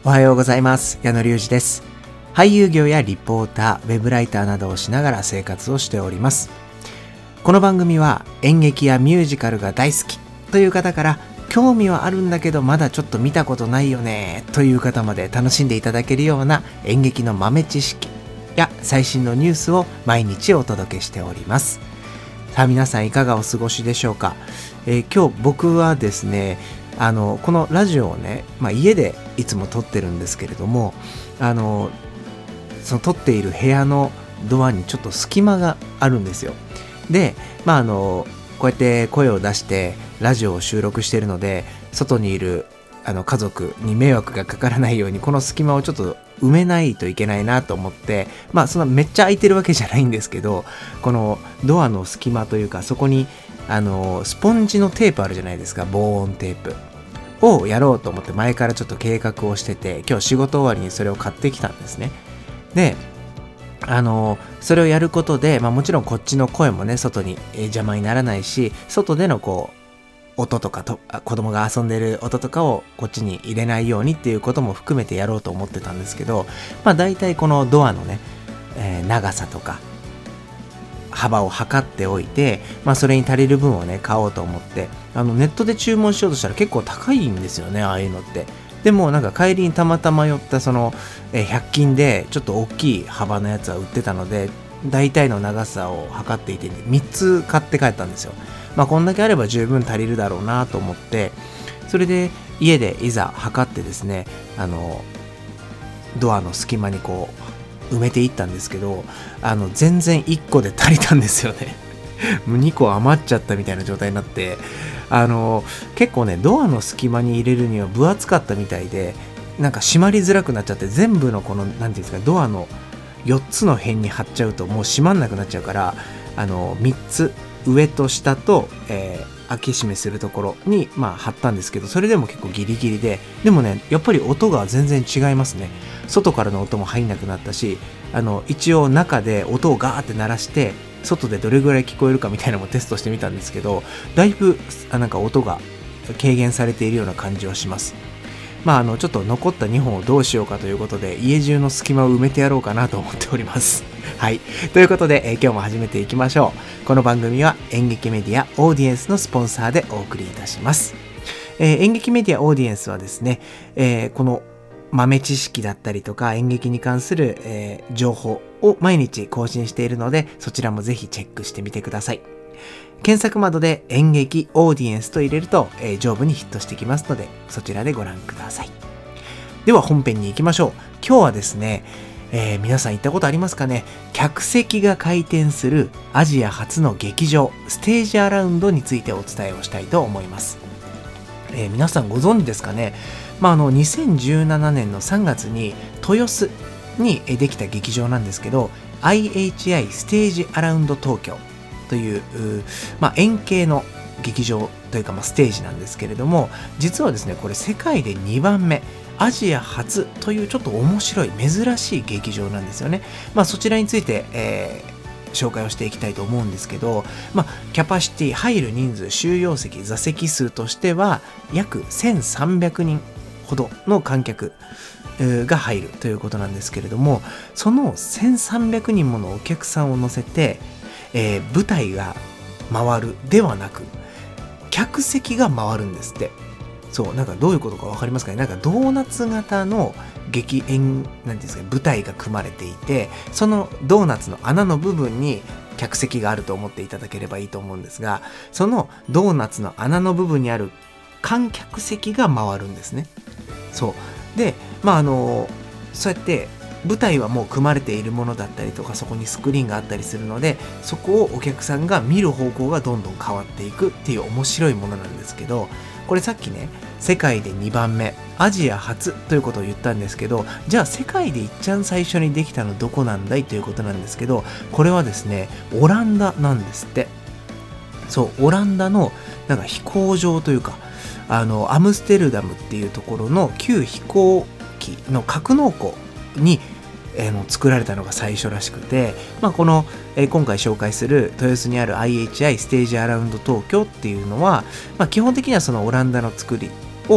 おはようございます。矢野隆二です。俳優業やリポーター、ウェブライターなどをしながら生活をしております。この番組は演劇やミュージカルが大好きという方から、興味はあるんだけどまだちょっと見たことないよねという方まで楽しんでいただけるような演劇の豆知識や最新のニュースを毎日お届けしております。さあ皆さんいかがお過ごしでしょうか。今日僕はですね、このラジオをね、家でいつも撮ってるんですけれども、その撮っている部屋のドアにちょっと隙間があるんですよ。で、こうやって声を出してラジオを収録しているので、外にいる家族に迷惑がかからないようにこの隙間をちょっと埋めないといけないなと思って、そんなめっちゃ空いてるわけじゃないんですけど、このドアの隙間というか、そこにスポンジのテープあるじゃないですか、防音テープをやろうと思って前からちょっと計画をしてて、今日仕事終わりにそれを買ってきたんですね。で、それをやることで、もちろんこっちの声もね、外に邪魔にならないし、外での音とか子供が遊んでる音とかをこっちに入れないようにっていうことも含めてやろうと思ってたんですけど、大体このドアのね、長さとか幅を測っておいて、それに足りる分をね買おうと思って、ネットで注文しようとしたら結構高いんですよね、ああいうのって。でもなんか帰りにたまたま寄ったその100均でちょっと大きい幅のやつは売ってたので、大体の長さを測っていて、3つ買って帰ったんですよ。こんだけあれば十分足りるだろうなと思って、それで家でいざ測ってですね、ドアの隙間に埋めていったんですけど、全然1個で足りたんですよね。もう2個余っちゃったみたいな状態になって、結構ね、ドアの隙間に入れるには分厚かったみたいで、なんか閉まりづらくなっちゃって、全部のなんていうんですか、ドアの4つの辺に貼っちゃうともう閉まんなくなっちゃうから、3つ上と下と、開け閉めするところに貼ったんですけど、それでも結構ギリギリで、でもね、やっぱり音が全然違いますね。外からの音も入んなくなったし、一応中で音をガーって鳴らして外でどれぐらい聞こえるかみたいなのもテストしてみたんですけど、だいぶなんか音が軽減されているような感じはします。ちょっと残った2本をどうしようかということで、家中の隙間を埋めてやろうかなと思っております。はい。ということで、今日も始めていきましょう。この番組は演劇メディアオーディエンスのスポンサーでお送りいたします。演劇メディアオーディエンスはですね、この豆知識だったりとか演劇に関する、情報を毎日更新しているので、そちらもぜひチェックしてみてください。検索窓で演劇オーディエンスと入れると、上部にヒットしてきますので、そちらでご覧ください。では本編に行きましょう。今日はですね、皆さん行ったことありますかね。客席が回転するアジア初の劇場、ステージアラウンドについてお伝えをしたいと思います。皆さんご存知ですかね。2017年の3月に豊洲にできた劇場なんですけど、 IHI ステージアラウンド東京という、円形の劇場というか、ステージなんですけれども、実はですね、これ世界で2番目、アジア初というちょっと面白い珍しい劇場なんですよね。そちらについて、紹介をしていきたいと思うんですけど、キャパシティ、入る人数、収容席、座席数としては約1300人ほどの観客が入るということなんですけれども、その1300人ものお客さんを乗せて、舞台が回るではなく、客席が回るんですって。そう、なんかどういうことか分かりますかね。なんかドーナツ型のなんていうんですか、舞台が組まれていて、そのドーナツの穴の部分に客席があると思っていただければいいと思うんですが、そのドーナツの穴の部分にある観客席が回るんですね。そうで、そうやって舞台はもう組まれているものだったりとか、そこにスクリーンがあったりするので、そこをお客さんが見る方向がどんどん変わっていくっていう面白いものなんですけど、これさっきね、世界で2番目、アジア初ということを言ったんですけど、じゃあ世界でいっちゃん最初にできたのどこなんだいということなんですけど、これはですね、オランダなんですって。そう、オランダのなんか飛行場というか、アムステルダムっていうところの旧飛行機の格納庫に作られたのが最初らしくて、この、今回紹介する豊洲にある IHI ステージアラウンド東京っていうのは、基本的にはそのオランダの作りを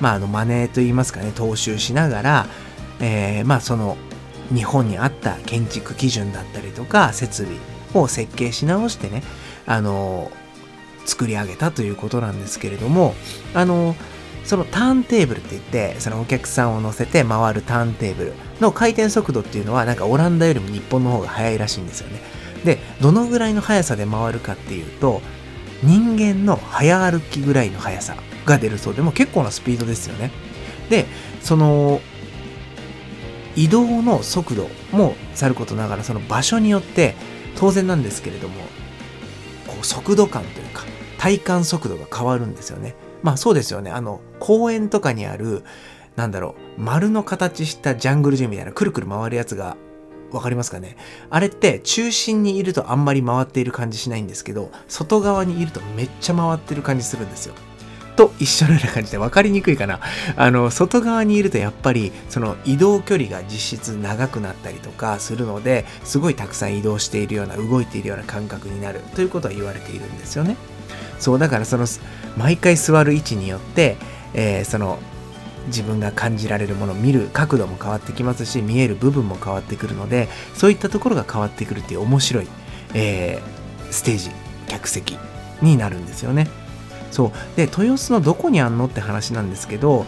マネーといいますかね、踏襲しながら、その日本にあった建築基準だったりとか設備を設計し直してね、作り上げたということなんですけれども、そのターンテーブルって言って、そのお客さんを乗せて回るターンテーブルの回転速度っていうのは、なんかオランダよりも日本の方が速いらしいんですよね。で、どのぐらいの速さで回るかっていうと、人間の早歩きぐらいの速さが出るそうで、も結構なスピードですよね。で、その移動の速度もさることながら、その場所によって当然なんですけれども、こう速度感というか体感速度が変わるんですよね。そうですよね。公園とかにある丸の形したジャングルジムみたいなくるくる回るやつがわかりますかね。あれって中心にいるとあんまり回っている感じしないんですけど、外側にいるとめっちゃ回ってる感じするんですよ。と一緒のような感じで分かりにくいかな。外側にいるとやっぱりその移動距離が実質長くなったりとかするので、すごいたくさん移動しているような、動いているような感覚になるということは言われているんですよね。そうだから、その毎回座る位置によって、その自分が感じられるもの、見る角度も変わってきますし、見える部分も変わってくるので、そういったところが変わってくるっていう面白い、ステージ、客席になるんですよね。そうで、豊洲のどこにあんのって話なんですけど、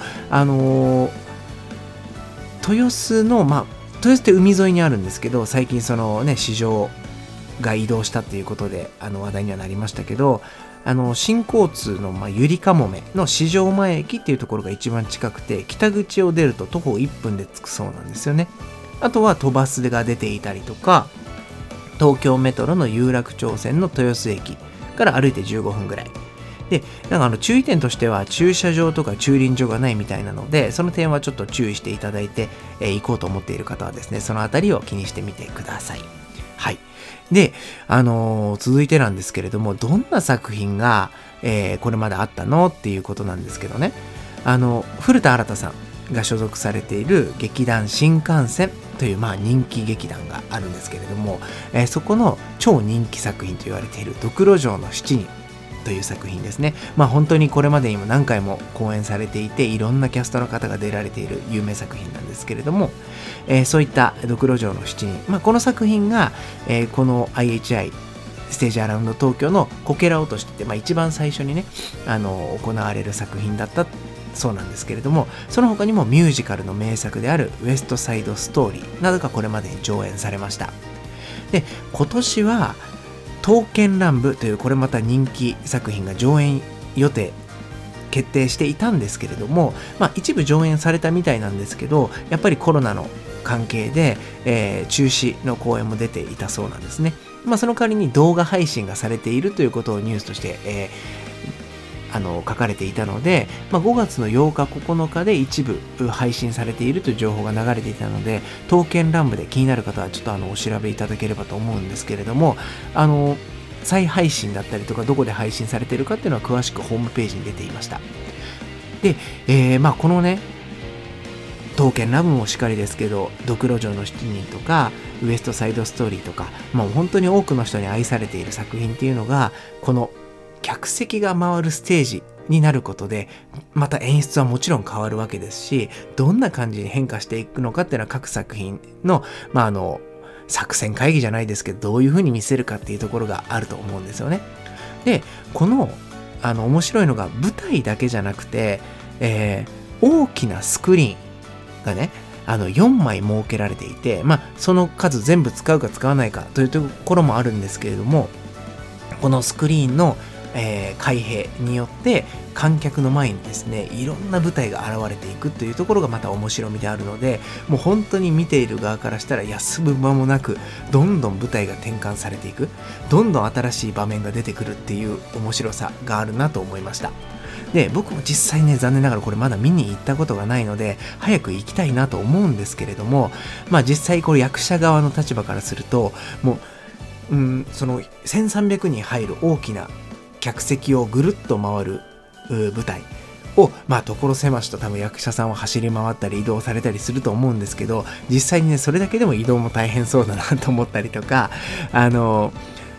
豊洲の豊洲って海沿いにあるんですけど、最近そのね、市場が移動したっていうことで話題にはなりましたけど、新交通のゆりかもめの市場前駅っていうところが一番近くて、北口を出ると徒歩1分で着くそうなんですよね。あとは都バスが出ていたりとか、東京メトロの有楽町線の豊洲駅から歩いて15分ぐらいで、注意点としては駐車場とか駐輪場がないみたいなので、その点はちょっと注意していただいて、行こうと思っている方はですね、そのあたりを気にしてみてください。はい。で、続いてなんですけれども、どんな作品が、これまであったのっていうことなんですけどね、古田新太さんが所属されている劇団新幹線という人気劇団があるんですけれども、そこの超人気作品と言われているドクロ城の7人という作品ですね。本当にこれまでにも何回も公演されていて、いろんなキャストの方が出られている有名作品なんですけれども、そういったドクロ城の7人、この作品が、この IHI ステージアラウンド東京のこけら落としって一番最初にね行われる作品だったそうなんですけれども、その他にもミュージカルの名作であるウエストサイドストーリーなどがこれまでに上演されました。で、今年は刀剣乱舞というこれまた人気作品が上演予定決定していたんですけれども、一部上演されたみたいなんですけど、やっぱりコロナの関係で、中止の公演も出ていたそうなんですね。その代わりに動画配信がされているということをニュースとして、書かれていたので、5月の8日9日で一部配信されているという情報が流れていたので、刀剣乱舞で気になる方はちょっとお調べいただければと思うんですけれども、再配信だったりとかどこで配信されているかっていうのは詳しくホームページに出ていました。で、このね、刀剣乱舞もしっかりですけど、ドクロ城の7人とかウエストサイドストーリーとか、本当に多くの人に愛されている作品っていうのが、この客席が回るステージになることで、また演出はもちろん変わるわけですし、どんな感じに変化していくのかっていうのは各作品の、作戦会議じゃないですけど、どういう風に見せるかっていうところがあると思うんですよね。で、この面白いのが舞台だけじゃなくて、大きなスクリーンがね、4枚設けられていて、その数全部使うか使わないかというところもあるんですけれども、このスクリーンの開閉によって観客の前にですね、いろんな舞台が現れていくというところがまた面白みであるので、もう本当に見ている側からしたら休む間もなくどんどん舞台が転換されていく、どんどん新しい場面が出てくるっていう面白さがあるなと思いました。で、僕も実際ね、残念ながらこれまだ見に行ったことがないので早く行きたいなと思うんですけれども、実際これ役者側の立場からすると、もうその1300人入る大きな客席をぐるっと回る舞台を、所狭しと多分役者さんは走り回ったり移動されたりすると思うんですけど、実際にね、それだけでも移動も大変そうだなと思ったりとか、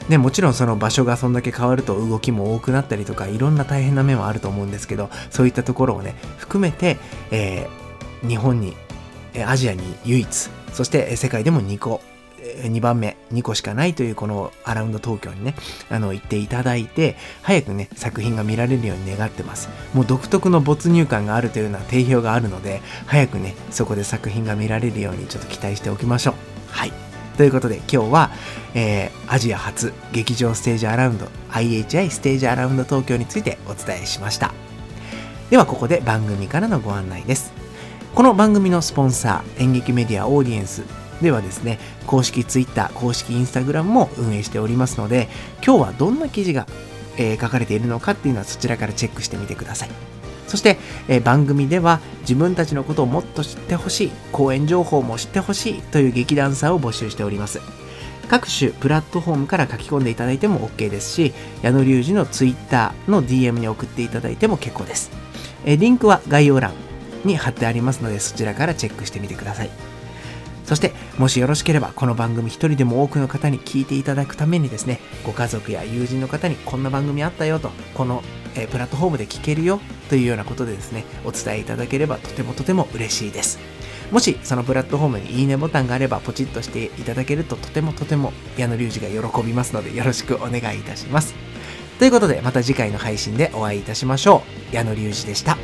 ね、もちろんその場所がそんだけ変わると動きも多くなったりとかいろんな大変な面はあると思うんですけど、そういったところをね含めて、日本にアジアに唯一、そして世界でも2個、2番目2個しかないというこのアラウンド東京にね行っていただいて、早くね作品が見られるように願ってます。もう独特の没入感があるというような定評があるので、早くねそこで作品が見られるようにちょっと期待しておきましょう。はい、ということで今日は、アジア初劇場ステージアラウンド IHI ステージアラウンド東京についてお伝えしました。ではここで番組からのご案内です。この番組のスポンサー演劇メディアオーディエンスではですね、公式 Twitter 公式 Instagram も運営しておりますので、今日はどんな記事が、書かれているのかっていうのはそちらからチェックしてみてください。そして、番組では自分たちのことをもっと知ってほしい、公演情報も知ってほしいという劇団さんを募集しております。各種プラットフォームから書き込んでいただいても OK ですし、矢野隆二の Twitter の DM に送っていただいても結構です。リンクは概要欄に貼ってありますので、そちらからチェックしてみてください。そしてもしよろしければこの番組一人でも多くの方に聞いていただくためにですね、ご家族や友人の方にこんな番組あったよと、このプラットフォームで聞けるよというようなことでですね、お伝えいただければとても嬉しいです。もしそのプラットフォームにいいねボタンがあればポチッとしていただけるととても矢野隆二が喜びますのでよろしくお願いいたします。ということでまた次回の配信でお会いいたしましょう。矢野隆二でした。